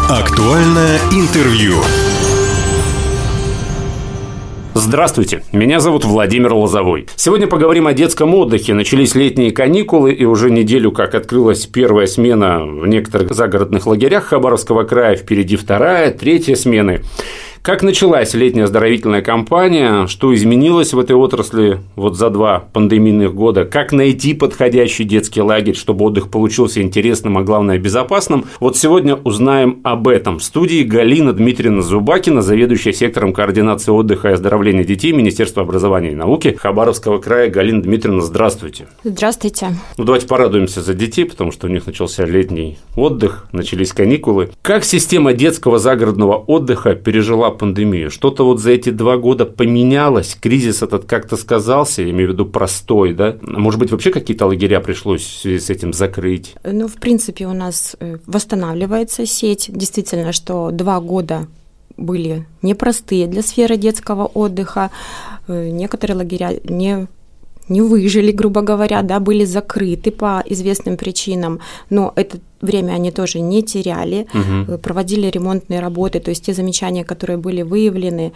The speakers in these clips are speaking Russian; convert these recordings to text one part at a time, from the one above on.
Актуальное интервью. Здравствуйте, меня зовут Владимир Лозовой. Сегодня поговорим о детском отдыхе. Начались летние каникулы, и уже неделю как открылась первая смена в некоторых загородных лагерях Хабаровского края, впереди вторая, третья смены. Как началась летняя оздоровительная кампания, что изменилось в этой отрасли вот за 2 пандемийных года, как найти подходящий детский лагерь, чтобы отдых получился интересным, а главное безопасным. Вот сегодня узнаем об этом. В студии Галина Дмитриевна Зубакина, заведующая сектором координации отдыха и оздоровления детей Министерства образования и науки Хабаровского края. Галина Дмитриевна, здравствуйте. Здравствуйте. Ну, давайте порадуемся за детей, потому что у них начался летний отдых, начались каникулы. Как система детского загородного отдыха пережила пандемию? Что-то вот за эти 2 года поменялось? Кризис этот как-то сказался, я имею в виду простой, да? Может быть, вообще какие-то лагеря пришлось в связи с этим закрыть? Ну, в принципе, у нас восстанавливается сеть. Действительно, что 2 года были непростые для сферы детского отдыха. Некоторые лагеря не выжили, грубо говоря, да, были закрыты по известным причинам, но это время они тоже не теряли, проводили ремонтные работы, то есть те замечания, которые были выявлены,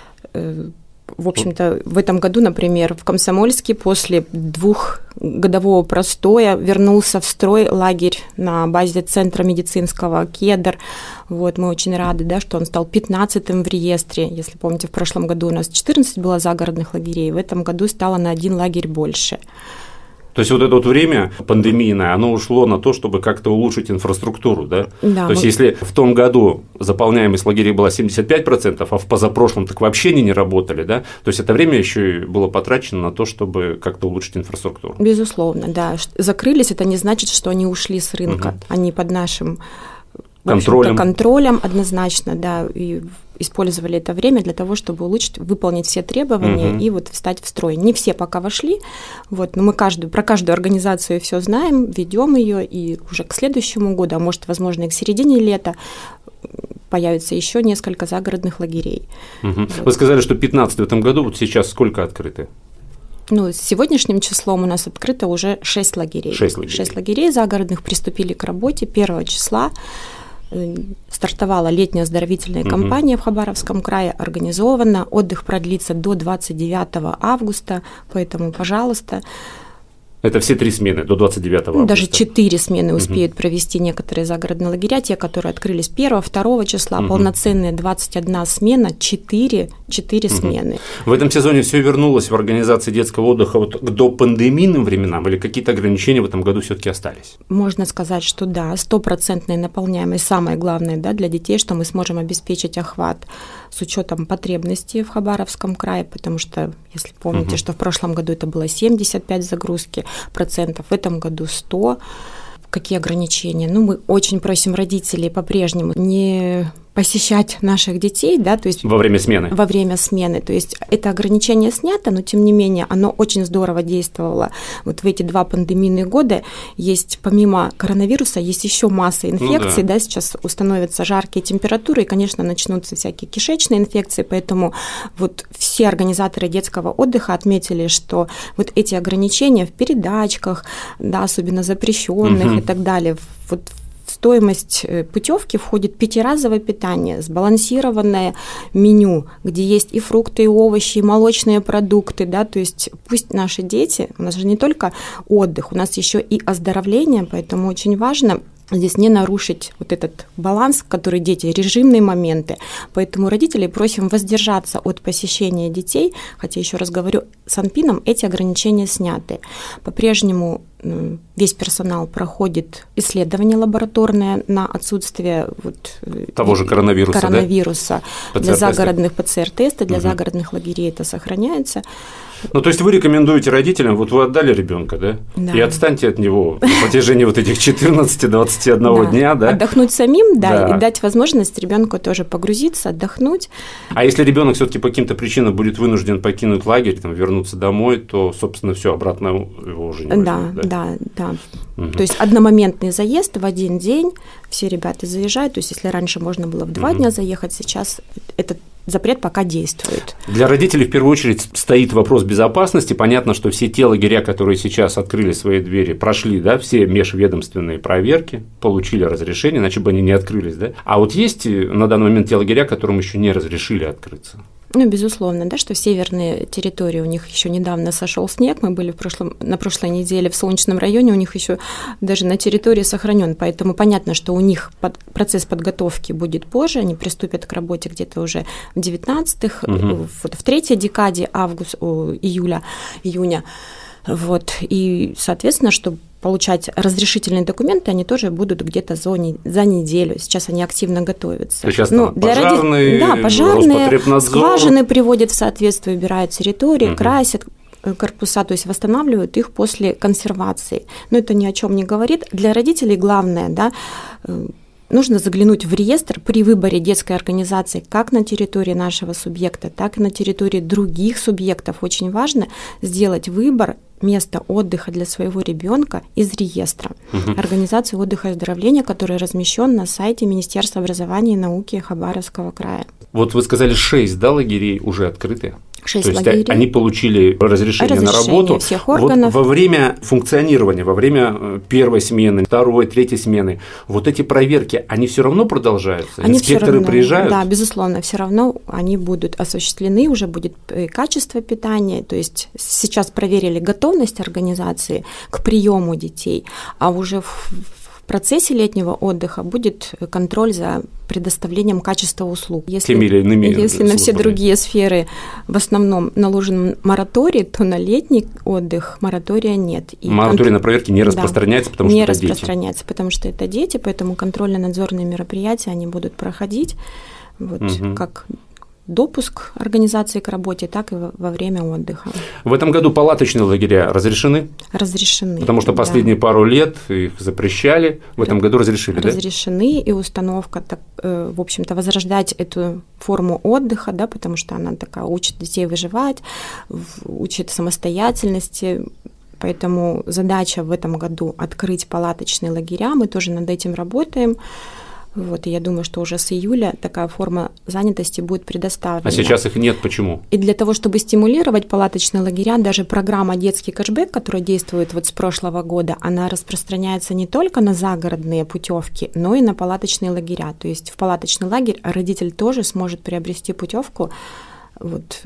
в общем-то, в этом году, например, в Комсомольске после 2-годового простоя вернулся в строй лагерь на базе Центра медицинского «Кедр». Вот, мы очень рады, да, что он стал 15-м в реестре. Если помните, в прошлом году у нас 14 было загородных лагерей, в этом году стало на 1 лагерь больше. То есть вот это вот время пандемийное, оно ушло на то, чтобы как-то улучшить инфраструктуру, да? Да. То есть если в том году заполняемость лагерей была 75%, а в позапрошлом так вообще они не работали, да? То есть это время еще и было потрачено на то, чтобы как-то улучшить инфраструктуру. Безусловно, да. Закрылись, это не значит, что они ушли с рынка, они под нашим контролем однозначно, да, и использовали это время для того, чтобы выполнить все требования и вот встать в строй. Не все пока вошли, вот, но мы про каждую организацию все знаем, ведем ее, и уже к следующему году, а может, возможно, и к середине лета появится еще несколько загородных лагерей. Вот. Вы сказали, что 15 в этом году, вот сейчас сколько открыты? Ну, с сегодняшним числом у нас открыто уже 6 лагерей. 6 лагерей. 6 лагерей загородных приступили к работе 1 числа. Стартовала летняя оздоровительная кампания в Хабаровском крае, организована. Отдых продлится до 29 августа, поэтому, пожалуйста. Это все 3 смены до 29 августа? Даже 4 смены успеют провести некоторые загородные лагеря, те, которые открылись 1-2 числа, полноценная 21 смена, 4 смены. В этом сезоне все вернулось в организации детского отдыха вот к допандемийным временам или какие-то ограничения в этом году все-таки остались? Можно сказать, что да, 100% наполняемость, самое главное, да, для детей, что мы сможем обеспечить охват с учетом потребностей в Хабаровском крае, потому что, если помните, что в прошлом году это было 75 загрузки, процентов, в этом году 100. Какие ограничения? Ну, мы очень просим родителей по-прежнему не посещать наших детей, да, то есть во время смены, то есть это ограничение снято, но тем не менее оно очень здорово действовало. Вот в эти 2 пандемийные года есть, помимо коронавируса, есть еще масса инфекций, да, сейчас установятся жаркие температуры, и, конечно, начнутся всякие кишечные инфекции, поэтому вот все организаторы детского отдыха отметили, что вот эти ограничения в передачках, да, особенно запрещенных и так далее, вот в стоимость путевки входит 5-разовое питание, сбалансированное меню, где есть и фрукты, и овощи, и молочные продукты, да, то есть пусть наши дети, у нас же не только отдых, у нас еще и оздоровление, поэтому очень важно здесь не нарушить вот этот баланс, который дети, режимные моменты. Поэтому родителей просим воздержаться от посещения детей, хотя, еще раз говорю, Санпином эти ограничения сняты. По-прежнему весь персонал проходит исследование лабораторное на отсутствие того же коронавируса, да? Для загородных ПЦР-тестов, для загородных лагерей это сохраняется. Ну, то есть вы рекомендуете родителям, вот вы отдали ребенка, да? И отстаньте от него на протяжении вот этих 14-21 дня, да? Отдохнуть самим, да, и дать возможность ребенку тоже погрузиться, отдохнуть. А если ребенок все-таки по каким-то причинам будет вынужден покинуть лагерь, там, вернуться домой, то, собственно, все, обратно его уже не возьмут, да? Да. То есть одномоментный заезд в один день, все ребята заезжают, то есть если раньше можно было в 2 дня заехать, сейчас этот запрет пока действует. Для родителей в первую очередь стоит вопрос безопасности. Понятно, что все те лагеря, которые сейчас открыли свои двери, прошли, да, все межведомственные проверки, получили разрешение, иначе бы они не открылись, да. А вот есть на данный момент те лагеря, которым еще не разрешили открыться? Ну, безусловно, да, что в северные территории у них еще недавно сошел снег. Мы были на прошлой неделе в Солнечном районе, у них еще даже на территории сохранен. Поэтому понятно, что у них процесс подготовки будет позже, они приступят к работе где-то уже в 19-х, вот в третьей декаде июня. Вот. И, соответственно, чтобы получать разрешительные документы, они тоже будут где-то за неделю. Сейчас они активно готовятся. Сейчас там пожарные, Роспотребнадзор, скважины приводят в соответствие, убирают территории, красят корпуса, то есть восстанавливают их после консервации. Но это ни о чем не говорит. Для родителей главное, да, нужно заглянуть в реестр при выборе детской организации как на территории нашего субъекта, так и на территории других субъектов. Очень важно сделать выбор места отдыха для своего ребенка из реестра организации отдыха и оздоровления, который размещен на сайте Министерства образования и науки Хабаровского края. Вот вы сказали, 6, да, лагерей уже открыты? 6 То есть лагерей. Они получили разрешение на работу всех органов. Вот во время функционирования, во время первой смены, второй, третьей смены, вот эти проверки, они все равно продолжаются? Они Инспекторы равно, приезжают? Да, безусловно, все равно они будут осуществлены, уже будет качество питания, то есть сейчас проверили готовность организации к приему детей, а уже в процессе летнего отдыха будет контроль за предоставлением качества услуг. Если на все другие сферы в основном наложен мораторий, то на летний отдых моратория нет. И мораторий на проверки не распространяется, потому что это дети. Не распространяется, потому что это дети, поэтому контрольно-надзорные мероприятия они будут проходить как допуск организации к работе, так и во время отдыха. В этом году палаточные лагеря разрешены? Разрешены. Потому что последние пару лет их запрещали, в этом году разрешили, да? Разрешены, и установка, в общем-то, возрождать эту форму отдыха, да, потому что она такая учит детей выживать, учит самостоятельности. Поэтому задача в этом году открыть палаточные лагеря, мы тоже над этим работаем. Вот, и я думаю, что уже с июля такая форма занятости будет предоставлена. А сейчас их нет, почему? И для того, чтобы стимулировать палаточные лагеря, даже программа «Детский кэшбэк», которая действует вот с прошлого года, она распространяется не только на загородные путевки, но и на палаточные лагеря. То есть в палаточный лагерь родитель тоже сможет приобрести путевку вот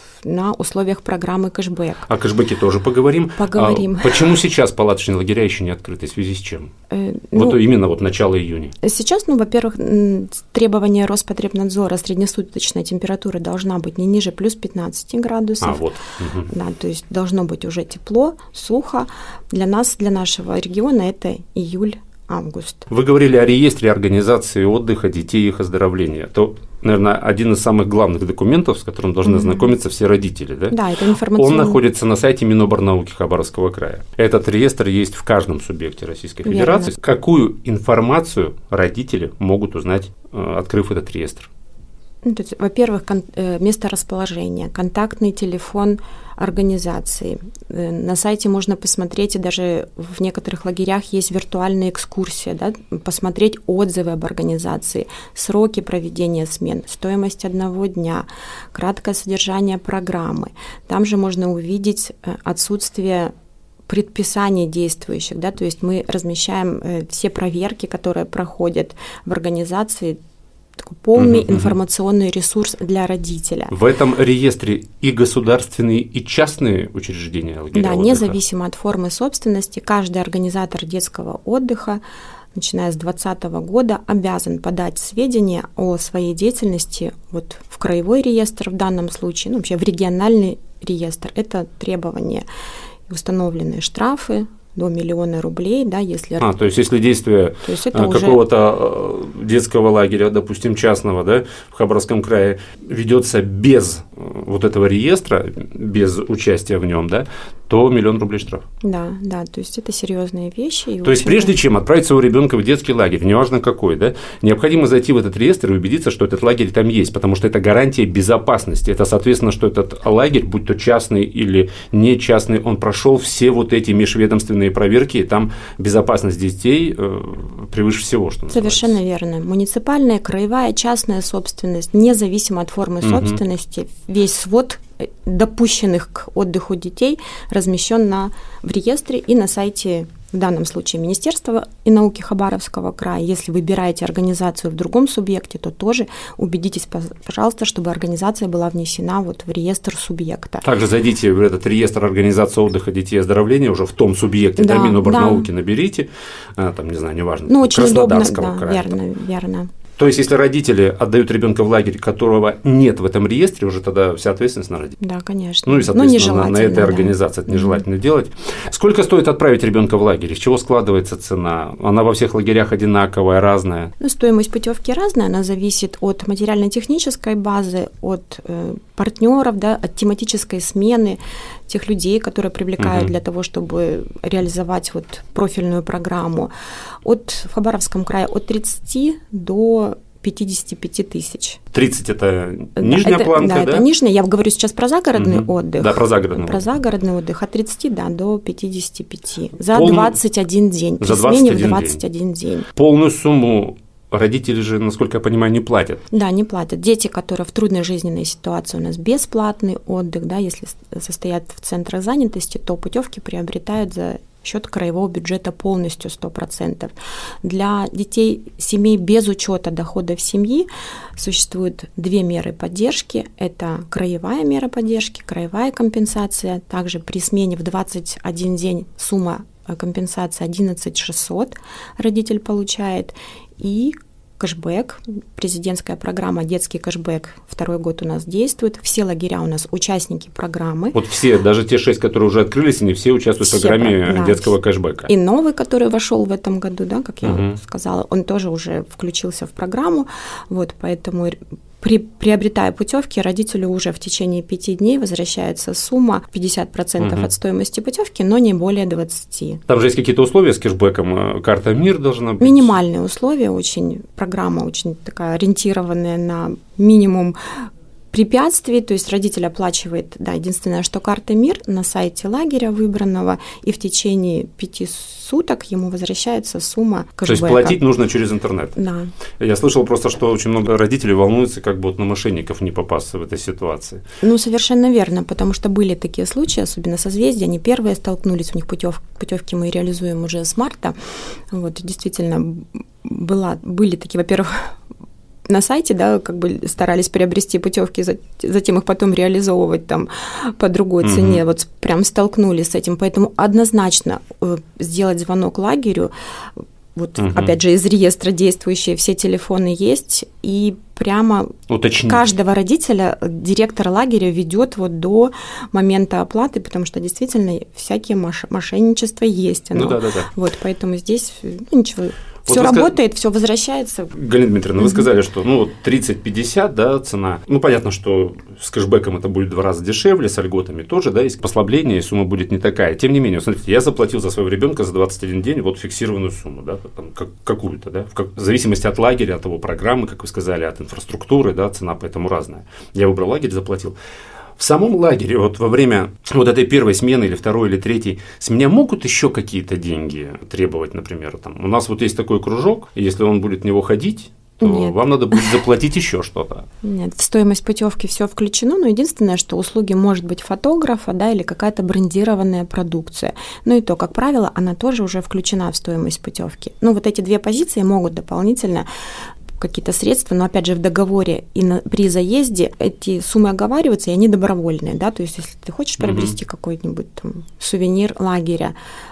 на условиях программы кэшбэк. О кэшбэке тоже поговорим. Поговорим. Почему сейчас палаточные лагеря еще не открыты? В связи с чем? Именно начало июня. Сейчас, во-первых, требование Роспотребнадзора, среднесуточная температура должна быть не ниже плюс 15 градусов. Да, то есть должно быть уже тепло, сухо. Для нас, для нашего региона это июль-август. Вы говорили о реестре организации отдыха детей и их оздоровления. То, наверное, один из самых главных документов, с которым должны ознакомиться все родители, да? Да, это информационный. Он находится на сайте Миноборнауки Хабаровского края. Этот реестр есть в каждом субъекте Российской Федерации. Верно. Какую информацию родители могут узнать, открыв этот реестр? Во-первых, место расположения, контактный телефон организации. На сайте можно посмотреть, и даже в некоторых лагерях есть виртуальная экскурсия, да, посмотреть отзывы об организации, сроки проведения смен, стоимость одного дня, краткое содержание программы. Там же можно увидеть отсутствие предписаний действующих, да, то есть мы размещаем все проверки, которые проходят в организации, такой полный информационный ресурс для родителя. В этом реестре и государственные, и частные учреждения лагеря Да, отдыха? Независимо от формы собственности, каждый организатор детского отдыха, начиная с 2020 года, обязан подать сведения о своей деятельности вот в краевой реестр в данном случае, вообще в региональный реестр. Это требования. Установленные штрафы до 1 миллиона рублей, да, если… то есть, если действие какого-то детского лагеря, допустим, частного, да, в Хабаровском крае ведется без вот этого реестра, без участия в нем, да, то 1 миллион рублей штраф. Да, то есть это серьезные вещи. То есть, прежде чем отправить своего ребенка в детский лагерь, неважно какой, да, необходимо зайти в этот реестр и убедиться, что этот лагерь там есть, потому что это гарантия безопасности. Это, соответственно, что этот лагерь, будь то частный или не частный, он прошел все вот эти межведомственные проверки, и там безопасность детей превыше всего, что называется. Совершенно верно. Муниципальная, краевая, частная собственность, независимо от формы собственности, весь свод допущенных к отдыху детей размещен в реестре и на сайте, в данном случае, Министерства и науки Хабаровского края. Если выбираете организацию в другом субъекте, то тоже убедитесь, пожалуйста, чтобы организация была внесена в реестр субъекта. Также зайдите в этот реестр организации отдыха детей и оздоровления уже в том субъекте, да, Миноборнауки наберите, там, не знаю, неважно, очень Краснодарского удобно, края. Да, верно. То есть, если родители отдают ребенка в лагерь, которого нет в этом реестре, уже тогда вся ответственность на родителей. Да, конечно. Ну и, соответственно, на этой организации это нежелательно делать. Сколько стоит отправить ребенка в лагерь? Из чего складывается цена? Она во всех лагерях одинаковая, разная? Стоимость путевки разная, она зависит от материально-технической базы, от партнеров, от тематической смены тех людей, которые привлекают для того, чтобы реализовать профильную программу. В Хабаровском крае от 30 до 55 тысяч. 30 – это нижняя планка, да? Да, это нижняя. Я говорю сейчас про загородный отдых. Да, про загородный отдых. Про загородный отдых от 30 до 55. За Полный... 21 день. За 21 смене в 21 день. Полную сумму родители же, насколько я понимаю, не платят. Да, не платят. Дети, которые в трудной жизненной ситуации, у нас бесплатный отдых, если состоят в центрах занятости, то путевки приобретают за счет краевого бюджета полностью 100%. Для детей семей без учета доходов семьи существуют две меры поддержки. Это краевая мера поддержки, краевая компенсация. Также при смене в 21 день сумма компенсации 11 600 родитель получает. И кэшбэк, президентская программа «Детский кэшбэк» 2-й год у нас действует. Все лагеря у нас участники программы. Все, даже те 6, которые уже открылись, они все участвуют в программе детского кэшбэка. И новый, который вошел в этом году, как я сказала, он тоже уже включился в программу. Поэтому приобретая путевки, родителю уже в течение 5 дней возвращается сумма 50% от стоимости путевки, но не более 20%. Там же есть какие-то условия с кэшбэком? Карта МИР должна быть? Минимальные условия, программа очень такая ориентированная на минимум препятствий, то есть родитель оплачивает, единственное, что карта МИР на сайте лагеря выбранного, и в течение 5 суток ему возвращается сумма кэшбэка. То есть платить нужно через интернет? Да. Я слышал просто, что очень много родителей волнуются, на мошенников не попасться в этой ситуации. Совершенно верно, потому что были такие случаи, особенно созвездия, они первые столкнулись, у них путевки мы реализуем уже с марта. Действительно, были такие, во-первых, на сайте, старались приобрести путевки, затем их потом реализовывать по другой цене, прям столкнулись с этим, поэтому однозначно сделать звонок лагерю, опять же, из реестра действующие все телефоны есть, и прямо уточнить. Каждого родителя директор лагеря ведет до момента оплаты, потому что действительно всякие мошенничества есть. Поэтому здесь ничего. Все работает, все возвращается. Галина Дмитриевна, вы сказали, что 30-50, цена. Понятно, что с кэшбэком это будет в 2 раза дешевле, с льготами тоже, есть послабление, и сумма будет не такая. Тем не менее, смотрите, я заплатил за своего ребенка за 21 день фиксированную сумму, какую-то, в зависимости от лагеря, от его программы, как вы сказали, от инфраструктуры, цена поэтому разная. Я выбрал лагерь, заплатил. В самом лагере, во время этой первой смены или второй или третьей, с меня могут еще какие-то деньги требовать, например, у нас есть такой кружок, и если он будет в него ходить, то вам надо будет заплатить еще что-то. Нет, в стоимость путевки все включено, но единственное, что услуги может быть фотографа, или какая-то брендированная продукция. И то, как правило, она тоже уже включена в стоимость путевки. Эти 2 позиции могут дополнительно какие-то средства, но опять же в договоре и при заезде эти суммы оговариваются, и они добровольные, то есть если ты хочешь приобрести какой-нибудь сувенир лагеря,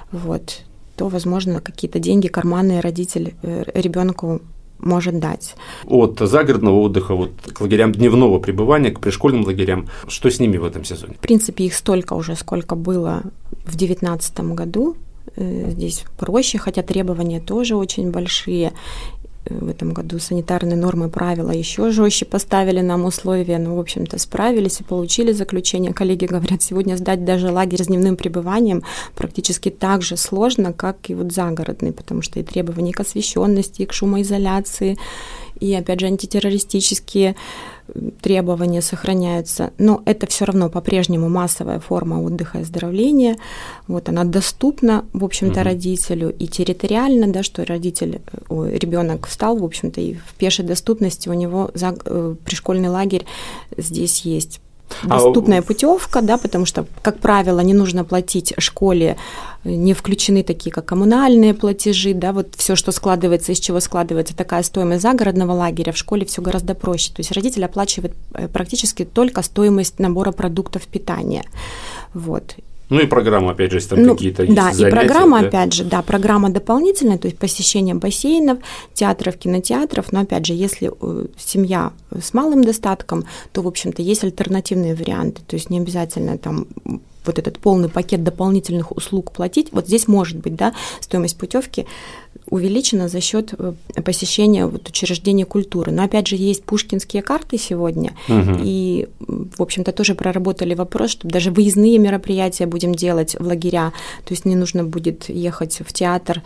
то, возможно, какие-то деньги карманные родитель ребенку может дать. От загородного отдыха к лагерям дневного пребывания, к пришкольным лагерям, что с ними в этом сезоне? В принципе, их столько уже, сколько было в 2019 году. Здесь проще, хотя требования тоже очень большие. В этом году санитарные нормы, правила еще жестче поставили нам условия, в общем-то, справились и получили заключение. Коллеги говорят, сегодня сдать даже лагерь с дневным пребыванием практически так же сложно, как и загородный, потому что и требования к освещенности, и к шумоизоляции, и, опять же, антитеррористические требования сохраняются, но это все равно по-прежнему массовая форма отдыха и оздоровления. Вот она доступна, в общем-то, родителю и территориально, да, что ребенок встал, в общем-то, и в пешей доступности у него пришкольный лагерь здесь есть. Доступная путевка, да, потому что, как правило, не нужно платить школе, не включены такие, как коммунальные платежи, да, вот все, что складывается, из чего складывается такая стоимость загородного лагеря, в школе все гораздо проще. То есть родитель оплачивает практически только стоимость набора продуктов питания. Вот. Ну и программа, опять же, если там какие-то есть занятия. Да, и программа, опять же, да, программа дополнительная, то есть посещение бассейнов, театров, кинотеатров, но, опять же, если семья с малым достатком, то, в общем-то, есть альтернативные варианты, то есть не обязательно там вот этот полный пакет дополнительных услуг платить. Вот здесь может быть, да, стоимость путевки увеличена за счет посещения вот учреждений культуры. Но опять же есть пушкинские карты сегодня, и, в общем-то, тоже проработали вопрос, чтобы даже выездные мероприятия будем делать в лагеря, то есть не нужно будет ехать в театр,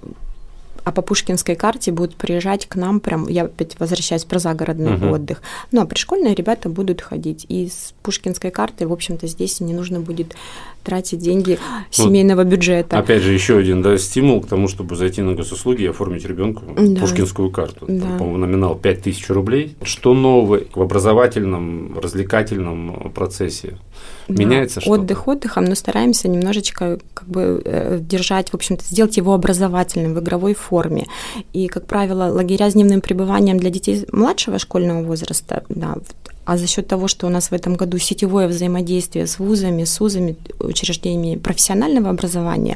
а по пушкинской карте будут приезжать к нам, прям, я опять возвращаюсь про загородный отдых, ну, а пришкольные ребята будут ходить, и с пушкинской карты, в общем-то, здесь не нужно будет тратить деньги семейного бюджета. Опять же, еще один, да, стимул к тому, чтобы зайти на госуслуги и оформить ребенку пушкинскую карту. Да. Там, по-моему, номинал 5000 рублей. Что нового в образовательном, развлекательном процессе? Меняется что-то? Отдых отдыхом, но стараемся немножечко как бы держать, в общем-то, сделать его образовательным в игровой форме. И, как правило, лагеря с дневным пребыванием для детей младшего школьного возраста, да, а за счет того, что у нас в этом году сетевое взаимодействие с вузами, с УЗами, учреждениями профессионального образования,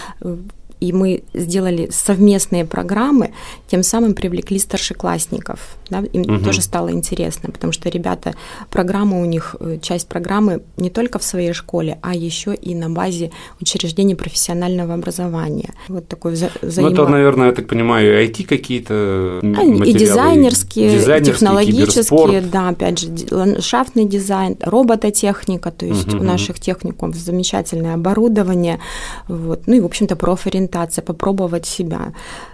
и мы сделали совместные программы, тем самым привлекли старшеклассников. Да, им тоже стало интересно, потому что ребята, программа у них, часть программы не только в своей школе, а еще и на базе учреждений профессионального образования. Вот такой Ну, это, наверное, я так понимаю, IT какие-то материалы. И дизайнерские, технологические, да, опять же, ландшафтный дизайн, робототехника, то есть у наших техникумов замечательное оборудование, вот, ну и, в общем-то, профориентация, попробовать себя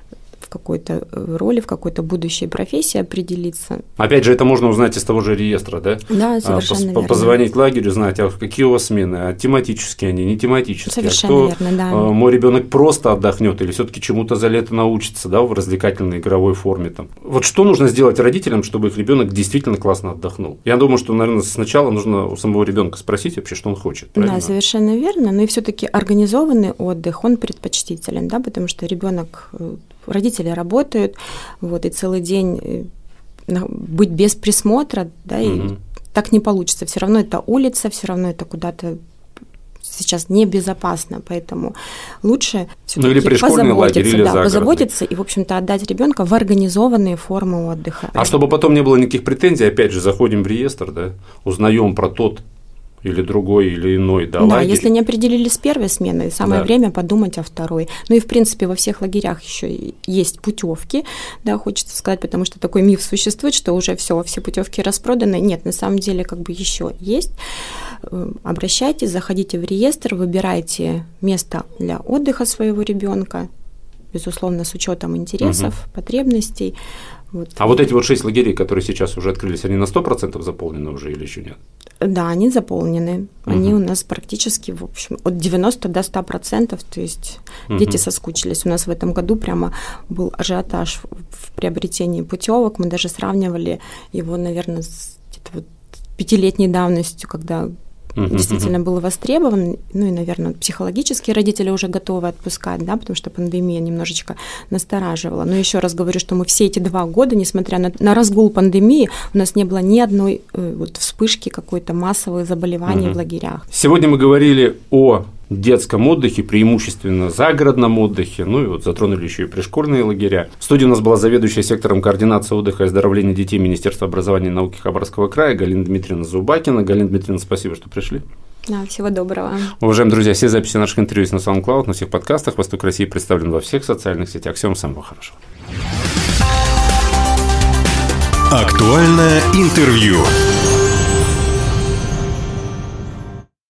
в какой-то роли, в какой-то будущей профессии определиться. Опять же, это можно узнать из того же реестра, да? Да, совершенно верно. Позвонить лагерю, знать, а какие у вас смены, а тематические они, не тематические. Совершенно верно, да. Мой ребенок просто отдохнет или все-таки чему-то за лето научится, да, в развлекательной игровой форме. Там. Вот что нужно сделать родителям, чтобы их ребенок действительно классно отдохнул? Я думаю, что, наверное, сначала нужно у самого ребенка спросить вообще, что он хочет. Правильно? Да, совершенно верно. Но и все-таки организованный отдых, он предпочтителен, да, потому что ребенок, родители работают, вот, и целый день быть без присмотра, да, и так не получится. Все равно это улица, все равно это куда-то сейчас небезопасно, поэтому лучше все-таки позаботиться и, в общем-то, отдать ребенка в организованные формы отдыха. А чтобы потом не было никаких претензий, опять же, заходим в реестр, да, узнаем про тот или другой, или иной, да, лагерь. Если не определились с первой сменой, самое время подумать о второй. Ну и, в принципе, во всех лагерях еще есть путевки, да, хочется сказать, потому что такой миф существует, что уже все путевки распроданы. Нет, на самом деле, как бы еще есть. Обращайтесь, заходите в реестр, выбирайте место для отдыха своего ребенка, безусловно, с учетом интересов, потребностей. Вот. А вот эти вот 6 лагерей, которые сейчас уже открылись, они на 100% заполнены уже или еще нет? Да, они заполнены. Они у нас практически, в общем, от 90 до 100%, то есть дети соскучились. У нас в этом году прямо был ажиотаж в приобретении путевок. Мы даже сравнивали его, наверное, с где-то вот 5-летней давностью, когда действительно был востребован, ну и, наверное, психологически родители уже готовы отпускать, да, потому что пандемия немножечко настораживала. Но еще раз говорю, что мы все эти 2 года, несмотря на разгул пандемии, у нас не было ни одной вот вспышки какой-то массовых заболеваний в лагерях. Сегодня мы говорили о детском отдыхе, преимущественно загородном отдыхе, ну и вот затронули еще и пришкольные лагеря. В студии у нас была заведующая сектором координации отдыха и оздоровления детей Министерства образования и науки Хабаровского края Галина Дмитриевна Зубакина. Галина Дмитриевна, спасибо, что пришли. Да, всего доброго. Уважаемые друзья, все записи наших интервью есть на SoundCloud, на всех подкастах. «Восток России» представлен во всех социальных сетях. Всем самого хорошего. Актуальное интервью.